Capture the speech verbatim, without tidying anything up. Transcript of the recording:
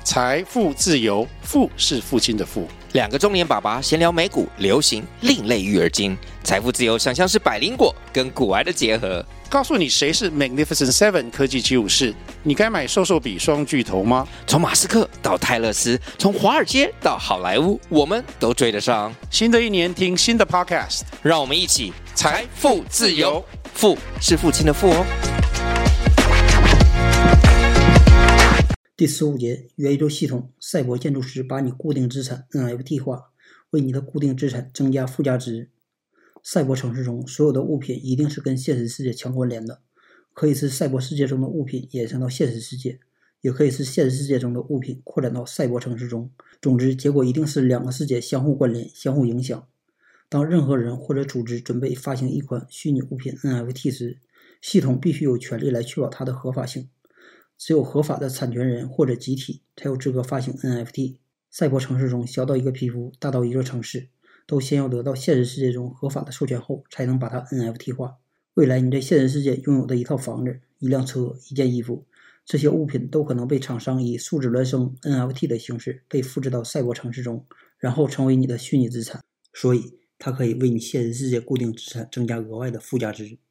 财富自由，富是父亲的富。 两个中年爸爸闲聊美股、流行、另类育儿经。财富自由想象是百灵果跟股癌的结合。 告诉你谁是 Magnificent Seven 科技七武士，你该买瘦瘦比双巨头吗？ 从马斯克到泰勒斯，从华尔街到好莱坞，我们都追得上。 新的一年听新的 Podcast， 让我们一起财富自由， 富是父亲的富哦。 第十五节元宇宙系统，赛博建筑师把你固定资产 N F T 化，为你的固定资产增加附加值。赛博城市中所有的物品一定是跟现实世界强关联的，可以是赛博世界中的物品衍生到现实世界，也可以是现实世界中的物品扩展到赛博城市中。总之，结果一定是两个世界相互关联、相互影响。当任何人或者组织准备发行一款虚拟物品 N F T 时，系统必须有权利来确保它的合法性。只有合法的产权人或者集体才有资格发行 N F T。 赛博城市中小到一个皮肤，大到一个城市，都先要得到现实世界中合法的授权后才能把它 N F T 化。未来你在现实世界拥有的一套房子、一辆车、一件衣服，这些物品都可能被厂商以数字孪生 N F T 的形式被复制到赛博城市中，然后成为你的虚拟资产。所以它可以为你现实世界固定资产增加额外的附加值。